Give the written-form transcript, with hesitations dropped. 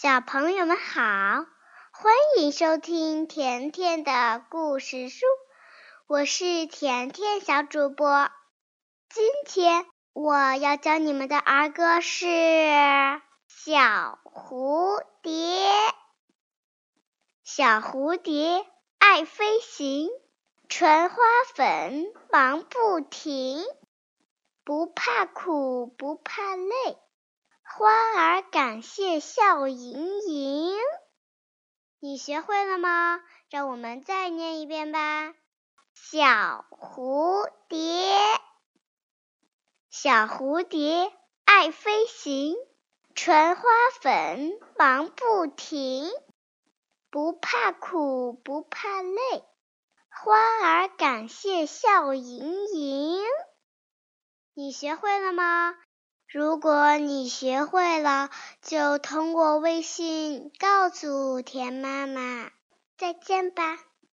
小朋友们好，欢迎收听甜甜的故事书，我是甜甜小主播。今天我要教你们的儿歌是小蝴蝶。小蝴蝶爱飞行，传花粉忙不停，不怕苦不怕累，花儿感谢笑盈盈。你学会了吗？让我们再念一遍吧。小蝴蝶，小蝴蝶爱飞行，传花粉忙不停，不怕苦不怕累，花儿感谢笑盈盈。你学会了吗？如果你学会了，就通过微信告诉田妈妈。再见吧。